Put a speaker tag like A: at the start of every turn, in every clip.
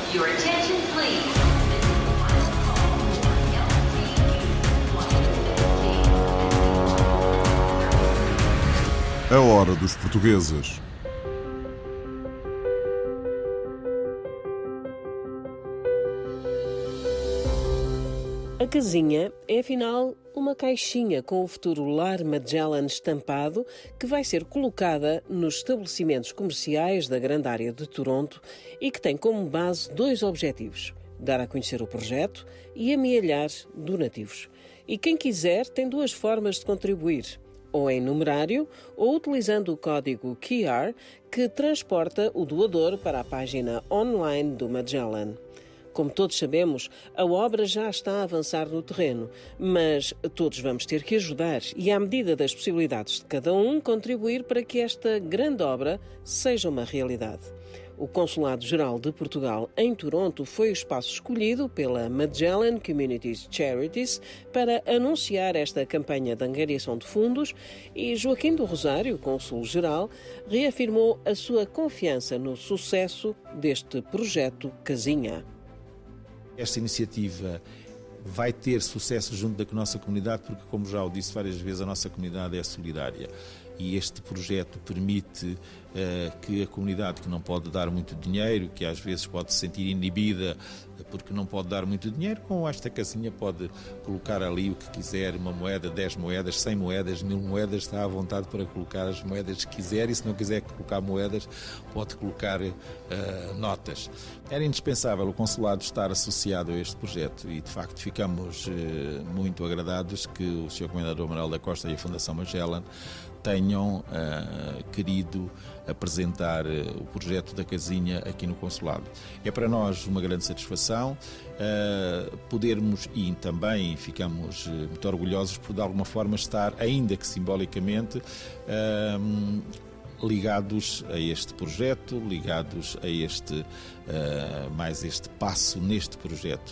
A: Your attention, please.
B: A hora dos portugueses.
C: A casinha é, afinal, uma caixinha com o futuro lar Magellan estampado que vai ser colocada nos estabelecimentos comerciais da grande área de Toronto e que tem como base dois objetivos: dar a conhecer o projeto e amealhar donativos. E quem quiser tem duas formas de contribuir: ou em numerário, ou utilizando o código QR que transporta o doador para a página online do Magellan. Como todos sabemos, a obra já está a avançar no terreno, mas todos vamos ter que ajudar e, à medida das possibilidades de cada um, contribuir para que esta grande obra seja uma realidade. O Consulado-Geral de Portugal em Toronto foi o espaço escolhido pela Magellan Community Charities para anunciar esta campanha de angariação de fundos e Joaquim do Rosário, Cônsul-Geral, reafirmou a sua confiança no sucesso deste projeto Casinha.
D: Esta iniciativa vai ter sucesso junto da nossa comunidade porque, como já o disse várias vezes, a nossa comunidade é solidária. E este projeto permite que a comunidade que não pode dar muito dinheiro, que às vezes pode se sentir inibida porque não pode dar muito dinheiro, com esta casinha pode colocar ali o que quiser, uma moeda, 10 moedas, 100 moedas, 1000 moedas, está à vontade para colocar as moedas que quiser, e se não quiser colocar moedas, pode colocar notas. Era indispensável o consulado estar associado a este projeto e, de facto, ficamos muito agradados que o Sr. Comendador Manuel da Costa e a Fundação Magellan tenham querido apresentar o projeto da casinha aqui no Consulado. É para nós uma grande satisfação podermos, e também ficamos muito orgulhosos por de alguma forma estar, ainda que simbolicamente, ligados a este projeto, ligados a este passo neste projeto.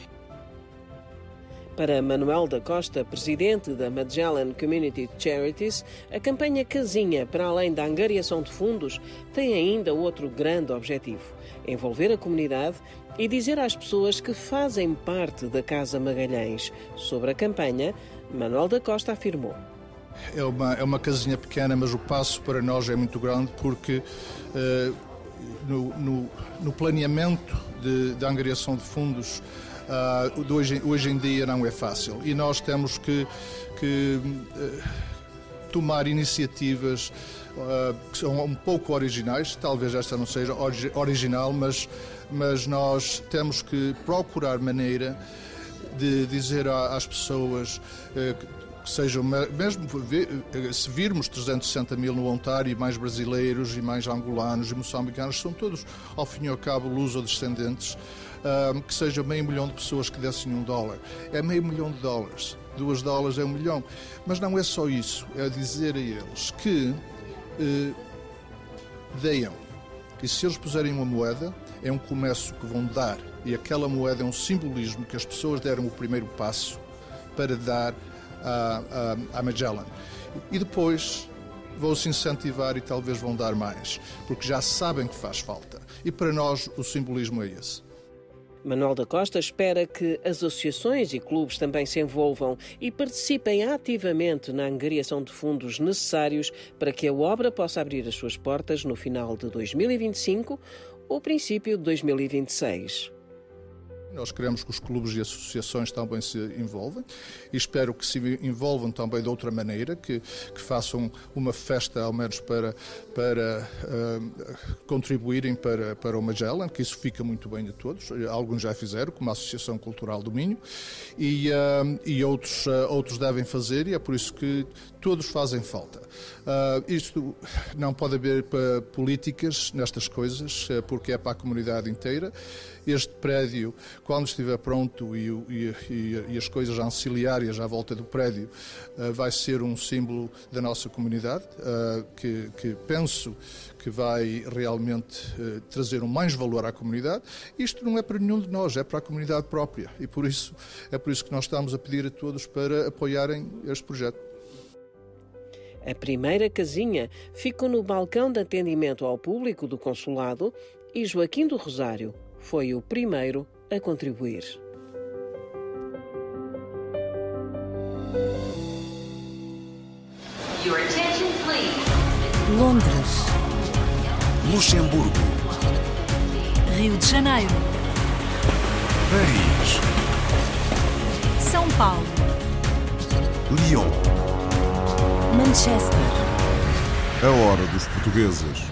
C: Para Manuel da Costa, presidente da Magellan Community Charities, a campanha Casinha, para além da angariação de fundos, tem ainda outro grande objetivo: envolver a comunidade e dizer às pessoas que fazem parte da Casa Magalhães. Sobre a campanha, Manuel da Costa afirmou:
E: É uma casinha pequena, mas o passo para nós é muito grande porque no planeamento da angariação de fundos hoje em dia não é fácil e nós temos que tomar iniciativas que são um pouco originais. Talvez esta não seja original, mas nós temos que procurar maneira de dizer às pessoas que sejam, mesmo se virmos 360 mil no Ontário, e mais brasileiros, e mais angolanos e moçambicanos, são todos, ao fim e ao cabo, luso-descendentes, que seja $500 mil de pessoas que dessem $1. É $500 mil, $2 é $1 milhão. Mas não é só isso, é dizer a eles que deem. E se eles puserem uma moeda, é um comércio que vão dar. E aquela moeda é um simbolismo que as pessoas deram o primeiro passo para dar à Magellan. E depois vão-se incentivar e talvez vão dar mais, porque já sabem que faz falta. E para nós o simbolismo é esse.
C: Manuel da Costa espera que as associações e clubes também se envolvam e participem ativamente na angariação de fundos necessários para que a obra possa abrir as suas portas no final de 2025 ou princípio de 2026.
E: Nós queremos que os clubes e associações também se envolvam e espero que se envolvam também de outra maneira, que façam uma festa ao menos para contribuírem para o Magellan, que isso fica muito bem a todos. Alguns já fizeram, como a Associação Cultural do Minho, e outros devem fazer, e é por isso que todos fazem falta. Isto não pode haver políticas nestas coisas, porque é para a comunidade inteira. Este prédio, quando estiver pronto e as coisas auxiliares à volta do prédio, vai ser um símbolo da nossa comunidade, que penso que vai realmente trazer mais valor à comunidade. Isto não é para nenhum de nós, é para a comunidade própria. E é por isso que nós estamos a pedir a todos para apoiarem este projeto.
C: A primeira casinha ficou no balcão de atendimento ao público do Consulado e Joaquim do Rosário foi o primeiro a contribuir.
A: Londres,
F: Luxemburgo,
A: Rio de Janeiro,
F: Paris,
A: São Paulo,
F: Lyon.
A: Manchester.
B: A hora dos portugueses.